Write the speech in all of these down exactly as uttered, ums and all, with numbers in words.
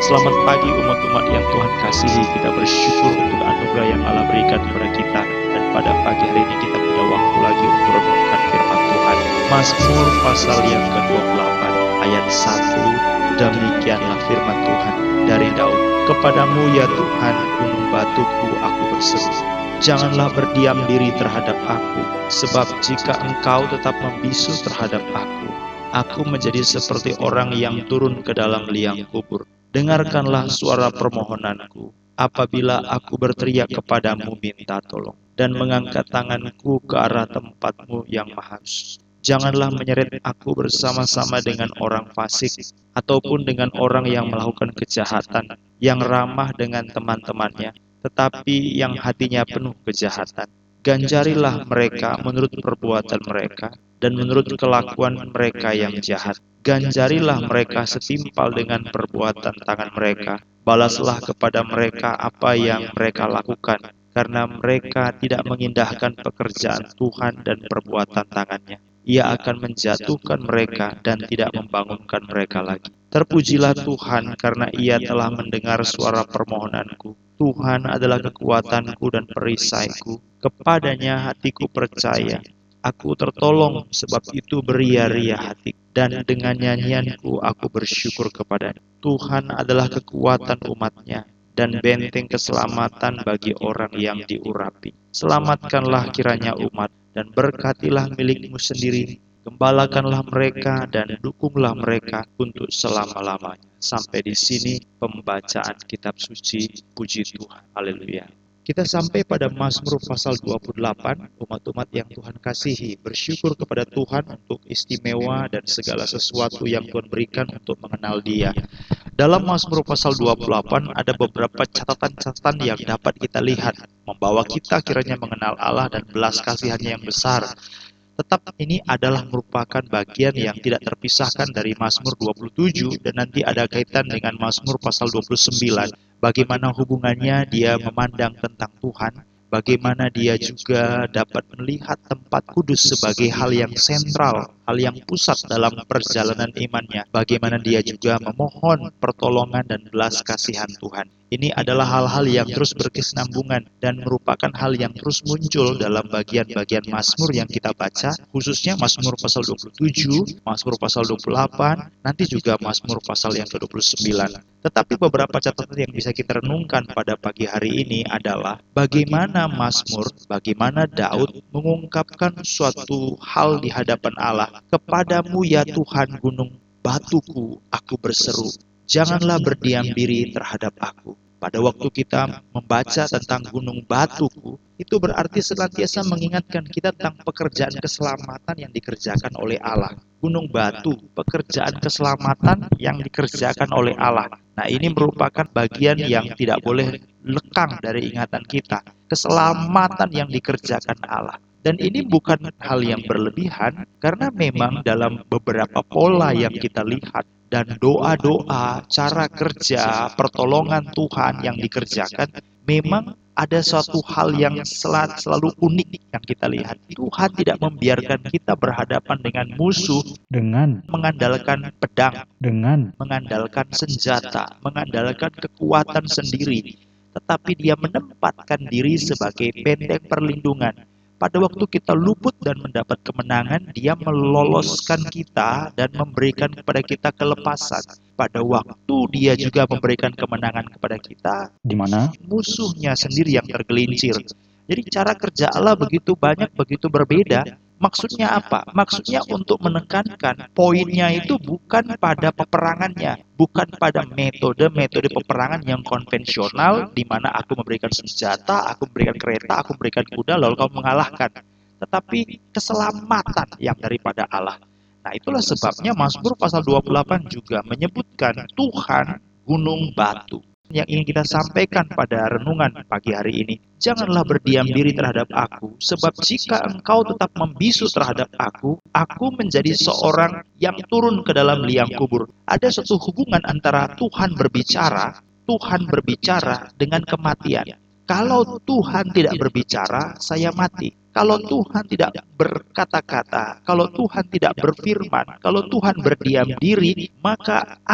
Selamat pagi umat-umat yang Tuhan kasihi. Kita bersyukur untuk anugerah yang Allah berikan kepada kita. Dan pada pagi hari ini kita punya waktu lagi untuk renungkan firman Tuhan. Mazmur pasal yang ke dua puluh delapan ayat satu. Demikianlah firman Tuhan dari Daud. Kepadamu ya Tuhan, gunung batuku, aku berseru. Janganlah berdiam diri terhadap aku, sebab jika engkau tetap membisu terhadap aku, aku menjadi seperti orang yang turun ke dalam liang kubur. Dengarkanlah suara permohonanku, apabila aku berteriak kepadamu minta tolong, dan mengangkat tanganku ke arah tempatmu yang mahus. Janganlah menyeret aku bersama-sama dengan orang fasik, ataupun dengan orang yang melakukan kejahatan, yang ramah dengan teman-temannya, tetapi yang hatinya penuh kejahatan. Ganjarilah mereka menurut perbuatan mereka, dan menurut kelakuan mereka yang jahat. Ganjarilah mereka setimpal dengan perbuatan tangan mereka. Balaslah kepada mereka apa yang mereka lakukan, karena mereka tidak mengindahkan pekerjaan Tuhan dan perbuatan tangannya. Ia akan menjatuhkan mereka dan tidak membangunkan mereka lagi. Terpujilah Tuhan karena Ia telah mendengar suara permohonanku. Tuhan adalah kekuatanku dan perisaiku. Kepadanya hatiku percaya. Aku tertolong, sebab itu beria-ria hati, dan dengan nyanyianku aku bersyukur kepadanya. Tuhan adalah kekuatan umatnya, dan benteng keselamatan bagi orang yang diurapi. Selamatkanlah kiranya umat, dan berkatilah milikmu sendiri. Gembalakanlah mereka dan dukunglah mereka untuk selama-lamanya. Sampai di sini pembacaan kitab suci. Puji Tuhan. Haleluya. Kita sampai pada Mazmur pasal dua puluh delapan, umat-umat yang Tuhan kasihi, bersyukur kepada Tuhan untuk istimewa dan segala sesuatu yang Tuhan berikan untuk mengenal Dia. Dalam Mazmur pasal dua puluh delapan ada beberapa catatan-catatan yang dapat kita lihat, membawa kita kiranya mengenal Allah dan belas kasihan-Nya yang besar. Tetap ini adalah merupakan bagian yang tidak terpisahkan dari Mazmur dua puluh tujuh, dan nanti ada kaitan dengan Mazmur pasal dua puluh sembilan. Bagaimana hubungannya dia memandang tentang Tuhan, bagaimana dia juga dapat melihat tempat kudus sebagai hal yang sentral, hal yang pusat dalam perjalanan imannya. Bagaimana dia juga memohon pertolongan dan belas kasihan Tuhan. Ini adalah hal-hal yang terus berkesinambungan dan merupakan hal yang terus muncul dalam bagian-bagian Mazmur yang kita baca, khususnya Mazmur pasal dua puluh tujuh, Mazmur pasal dua puluh delapan, nanti juga Mazmur pasal yang ke dua puluh sembilan. Tetapi beberapa catatan yang bisa kita renungkan pada pagi hari ini adalah bagaimana Mazmur, bagaimana Daud mengungkapkan suatu hal di hadapan Allah. Kepadamu ya Tuhan gunung batuku, aku berseru. Janganlah berdiam diri terhadap aku. Pada waktu kita membaca tentang gunung batuku, itu berarti senantiasa mengingatkan kita tentang pekerjaan keselamatan yang dikerjakan oleh Allah. Gunung batu, pekerjaan keselamatan yang dikerjakan oleh Allah. Nah, ini merupakan bagian yang tidak boleh lekang dari ingatan kita. Keselamatan yang dikerjakan Allah. Dan ini bukan hal yang berlebihan, karena memang dalam beberapa pola yang kita lihat, dan doa-doa, cara kerja, pertolongan Tuhan yang dikerjakan, memang ada suatu hal yang sel- selalu unik yang kita lihat. Tuhan tidak membiarkan kita berhadapan dengan musuh dengan mengandalkan pedang, dengan mengandalkan senjata, mengandalkan kekuatan sendiri. Tetapi Dia menempatkan diri sebagai benteng perlindungan. Pada waktu kita luput dan mendapat kemenangan, Dia meloloskan kita dan memberikan kepada kita kelepasan. Pada waktu Dia juga memberikan kemenangan kepada kita, di mana musuhnya sendiri yang tergelincir. Jadi cara kerja Allah begitu banyak, begitu berbeda. Maksudnya apa? Maksudnya untuk menekankan poinnya itu bukan pada peperangannya, bukan pada metode-metode peperangan yang konvensional, di mana aku memberikan senjata, aku memberikan kereta, aku memberikan kuda, lalu kamu mengalahkan. Tetapi keselamatan yang daripada Allah. Nah, itulah sebabnya Mazmur pasal dua puluh delapan juga menyebutkan Tuhan gunung batu. Yang ingin kita sampaikan pada renungan pagi hari ini, janganlah berdiam diri terhadap aku, sebab jika engkau tetap membisu terhadap aku, aku menjadi seorang yang turun ke dalam liang kubur. Ada suatu hubungan antara Tuhan berbicara, Tuhan berbicara dengan kematian. Kalau Tuhan tidak berbicara, saya mati. Kalau Tuhan tidak berkata-kata, kalau Tuhan tidak berfirman, kalau Tuhan berdiam diri, maka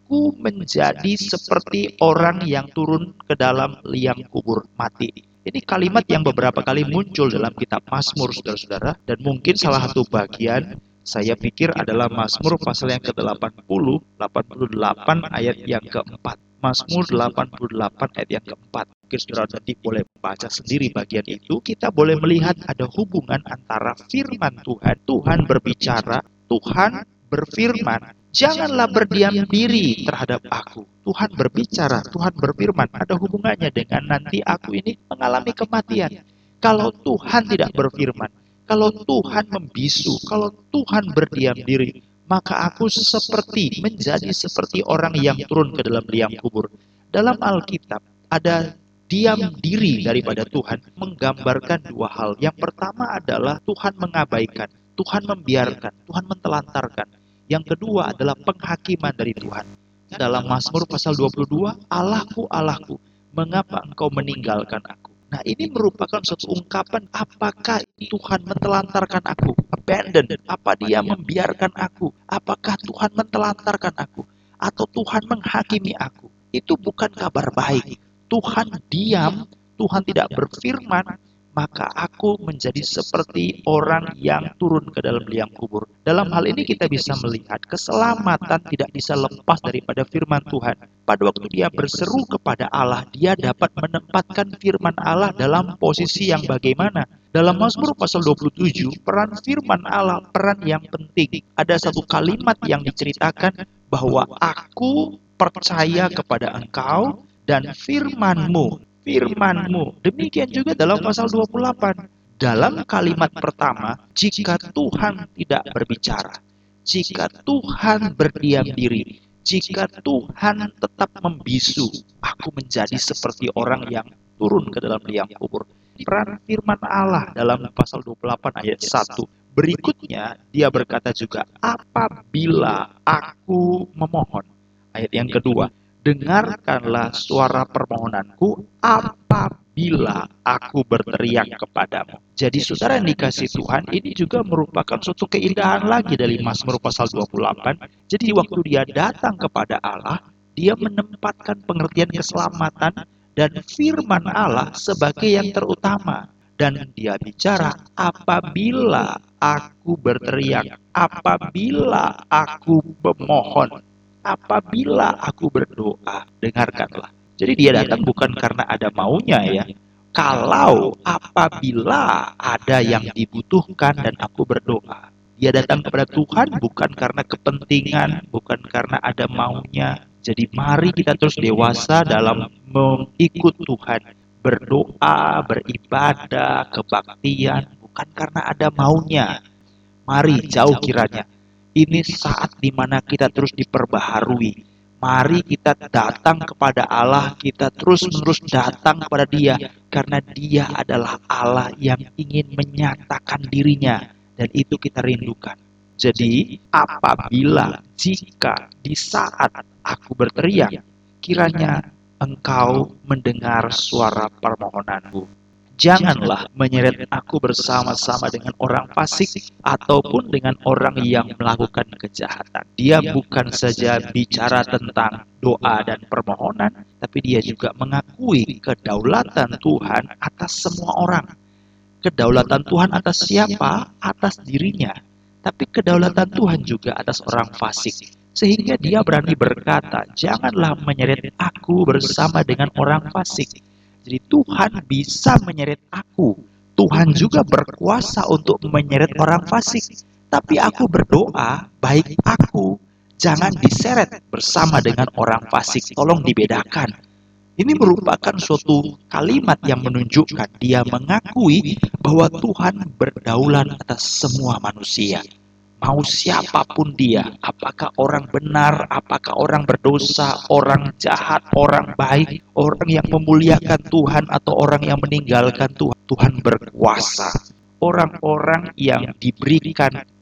aku menjadi seperti orang yang turun ke dalam liang kubur mati. Ini kalimat yang beberapa kali muncul dalam kitab Mazmur, saudara-saudara, dan mungkin salah satu bagian saya pikir adalah Mazmur pasal yang ke delapan puluh, delapan puluh delapan ayat yang keempat. Mazmur delapan puluh delapan ayat yang keempat. Mungkin saudara nanti boleh baca sendiri bagian itu. Kita boleh melihat ada hubungan antara firman Tuhan. Tuhan berbicara, Tuhan berfirman. Janganlah berdiam diri terhadap aku. Tuhan berbicara, Tuhan berfirman. Ada hubungannya dengan nanti aku ini mengalami kematian. Kalau Tuhan tidak berfirman, kalau Tuhan membisu, kalau Tuhan berdiam diri, maka aku seperti menjadi seperti orang yang turun ke dalam liang kubur. Dalam Alkitab ada diam diri daripada Tuhan menggambarkan dua hal. Yang pertama adalah Tuhan mengabaikan, Tuhan membiarkan, Tuhan mentelantarkan. Yang kedua adalah penghakiman dari Tuhan. Dalam Mazmur pasal dua puluh dua, Allahku, Allahku, mengapa engkau meninggalkan aku? Nah, ini merupakan suatu ungkapan apakah Tuhan mentelantarkan aku? Abandon. Apa dia membiarkan aku? Apakah Tuhan mentelantarkan aku? Atau Tuhan menghakimi aku? Itu bukan kabar baik. Tuhan diam, Tuhan tidak berfirman, maka aku menjadi seperti orang yang turun ke dalam liang kubur. Dalam hal ini kita bisa melihat keselamatan tidak bisa lepas daripada firman Tuhan. Pada waktu dia berseru kepada Allah, dia dapat menempatkan firman Allah dalam posisi yang bagaimana? Dalam Mazmur pasal dua puluh tujuh, peran firman Allah, peran yang penting. Ada satu kalimat yang diceritakan bahwa aku percaya kepada engkau dan firman-Mu. Firman-Mu. Demikian juga dalam pasal dua puluh delapan. Dalam kalimat pertama, jika Tuhan tidak berbicara, jika Tuhan berdiam diri, jika Tuhan tetap membisu, aku menjadi seperti orang yang turun ke dalam liang kubur. Peran firman Allah dalam pasal dua puluh delapan ayat satu. Berikutnya, dia berkata juga, apabila aku memohon. Ayat yang kedua, dengarkanlah suara permohonanku apabila aku berteriak kepadamu. Jadi saudara yang dikasih Tuhan, ini juga merupakan suatu keindahan lagi dari Mazmur pasal dua puluh delapan. Jadi waktu dia datang kepada Allah, dia menempatkan pengertian keselamatan dan firman Allah sebagai yang terutama. Dan dia bicara, apabila aku berteriak, apabila aku memohon, apabila aku berdoa, dengarkanlah. Jadi dia datang bukan karena ada maunya ya. Kalau apabila ada yang dibutuhkan dan aku berdoa. Dia datang kepada Tuhan bukan karena kepentingan, bukan karena ada maunya. Jadi mari kita terus dewasa dalam mengikut Tuhan. Berdoa, beribadah, kebaktian, bukan karena ada maunya. Mari jauh kiranya. Ini saat dimana kita terus diperbaharui. Mari kita datang kepada Allah, kita terus-menerus datang kepada Dia. Karena Dia adalah Allah yang ingin menyatakan dirinya. Dan itu kita rindukan. Jadi, apabila, jika, di saat aku berteriak, kiranya engkau mendengar suara permohonanku. Janganlah menyeret aku bersama-sama dengan orang fasik ataupun dengan orang yang melakukan kejahatan. Dia bukan saja bicara tentang doa dan permohonan, tapi dia juga mengakui kedaulatan Tuhan atas semua orang. Kedaulatan Tuhan atas siapa? Atas dirinya. Tapi kedaulatan Tuhan juga atas orang fasik. Sehingga dia berani berkata, janganlah menyeret aku bersama dengan orang fasik. Jadi Tuhan bisa menyeret aku. Tuhan juga berkuasa untuk menyeret orang fasik. Tapi aku berdoa, baik aku, jangan diseret bersama dengan orang fasik. Tolong dibedakan. Ini merupakan suatu kalimat yang menunjukkan dia mengakui bahwa Tuhan berdaulat atas semua manusia. Mau siapapun dia, apakah orang benar, apakah orang berdosa, orang jahat, orang baik, orang yang memuliakan Tuhan atau orang yang meninggalkan Tuhan, Tuhan berkuasa. Orang-orang yang diberikan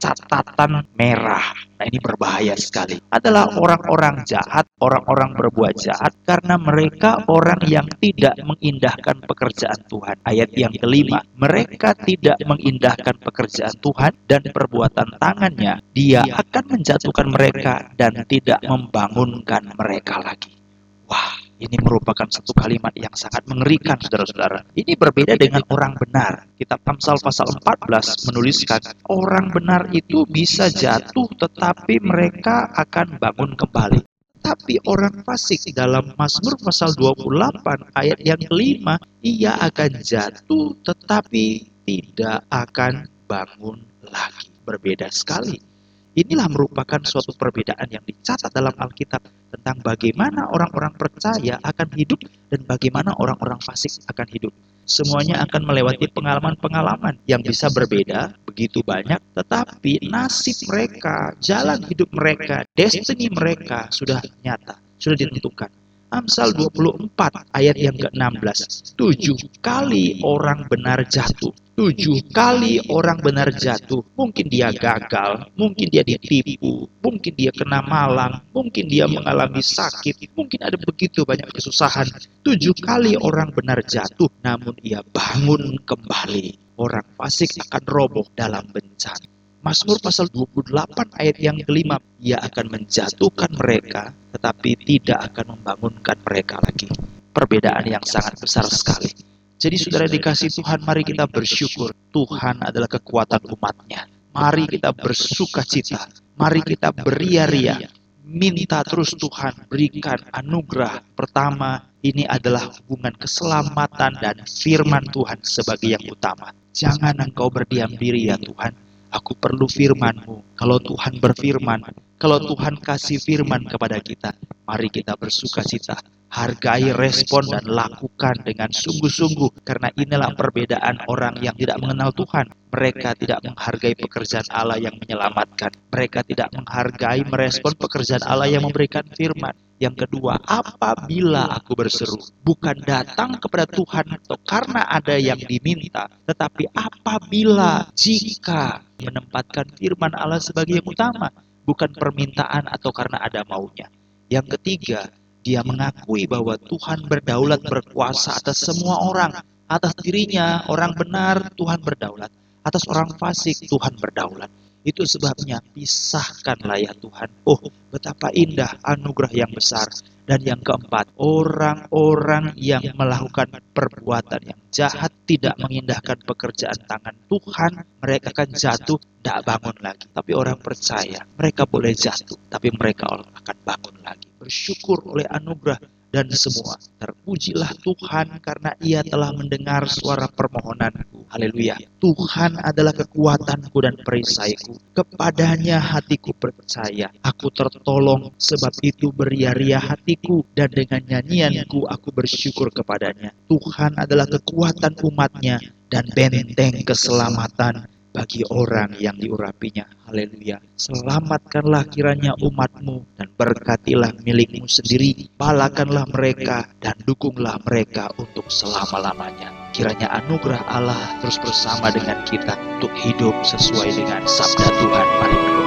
catatan merah. Nah, ini berbahaya sekali. Adalah orang-orang jahat, orang-orang berbuat jahat karena mereka orang yang tidak mengindahkan pekerjaan Tuhan. Ayat yang kelima, mereka tidak mengindahkan pekerjaan Tuhan dan perbuatan tangannya. Dia akan menjatuhkan mereka dan tidak membangunkan mereka lagi. Wah, ini merupakan satu kalimat yang sangat mengerikan, saudara-saudara. Ini berbeda dengan orang benar. Kitab Amsal pasal empat belas menuliskan, orang benar itu bisa jatuh tetapi mereka akan bangun kembali. Tapi orang fasik dalam Mazmur pasal dua puluh delapan ayat yang kelima, ia akan jatuh tetapi tidak akan bangun lagi. Berbeda sekali. Inilah merupakan suatu perbedaan yang dicatat dalam Alkitab tentang bagaimana orang-orang percaya akan hidup dan bagaimana orang-orang fasik akan hidup. Semuanya akan melewati pengalaman-pengalaman yang bisa berbeda, begitu banyak, tetapi nasib mereka, jalan hidup mereka, destiny mereka sudah nyata, sudah ditentukan. Amsal dua puluh empat ayat yang ke enam belas. Tujuh kali orang benar jatuh. Tujuh kali orang benar jatuh. Mungkin dia gagal, mungkin dia ditipu, mungkin dia kena malang, mungkin dia mengalami sakit, mungkin ada begitu banyak kesusahan. Tujuh kali orang benar jatuh, namun ia bangun kembali. Orang fasik akan roboh dalam bencana. Mazmur pasal dua puluh delapan ayat yang kelima, ia akan menjatuhkan mereka, tetapi tidak akan membangunkan mereka lagi. Perbedaan yang sangat besar sekali. Jadi saudara dikasih Tuhan, mari kita bersyukur. Tuhan adalah kekuatan umat-Nya. Mari kita bersuka cita. Mari kita beria-ria. Minta terus Tuhan berikan anugerah. Pertama, ini adalah hubungan keselamatan dan firman Tuhan sebagai yang utama. Jangan engkau berdiam diri ya Tuhan. Aku perlu firman-Mu. Kalau Tuhan berfirman, kalau Tuhan kasih firman kepada kita, mari kita bersuka cita. Hargai, respon, dan lakukan dengan sungguh-sungguh. Karena inilah perbedaan orang yang tidak mengenal Tuhan. Mereka tidak menghargai pekerjaan Allah yang menyelamatkan. Mereka tidak menghargai, merespon pekerjaan Allah yang memberikan firman. Yang kedua, apabila aku berseru, bukan datang kepada Tuhan atau karena ada yang diminta, tetapi apabila, jika menempatkan firman Allah sebagai yang utama, bukan permintaan atau karena ada maunya. Yang ketiga, dia mengakui bahwa Tuhan berdaulat berkuasa atas semua orang. Atas dirinya, orang benar, Tuhan berdaulat. Atas orang fasik, Tuhan berdaulat. Itu sebabnya, pisahkanlah ya Tuhan. Oh, betapa indah anugerah yang besar. Dan yang keempat, orang-orang yang melakukan perbuatan yang jahat, tidak mengindahkan pekerjaan tangan Tuhan, mereka akan jatuh, tidak bangun lagi. Tapi orang percaya, mereka boleh jatuh, tapi mereka akan bangun lagi. Bersyukur oleh anugerah dan semua. Terpujilah Tuhan karena Ia telah mendengar suara permohonanku. Haleluya. Tuhan adalah kekuatanku dan perisaiku. Kepadanya hatiku percaya. Aku tertolong, sebab itu beria-ria hatiku, dan dengan nyanyianku aku bersyukur kepadanya. Tuhan adalah kekuatan umat-Nya dan benteng keselamatan bagi orang yang diurapinya. Haleluya. Selamatkanlah kiranya umat-Mu dan berkatilah milik-Mu sendiri. Balakanlah mereka dan dukunglah mereka untuk selama-lamanya. Kiranya anugerah Allah terus bersama dengan kita untuk hidup sesuai dengan sabda Tuhan. Mari berdoa.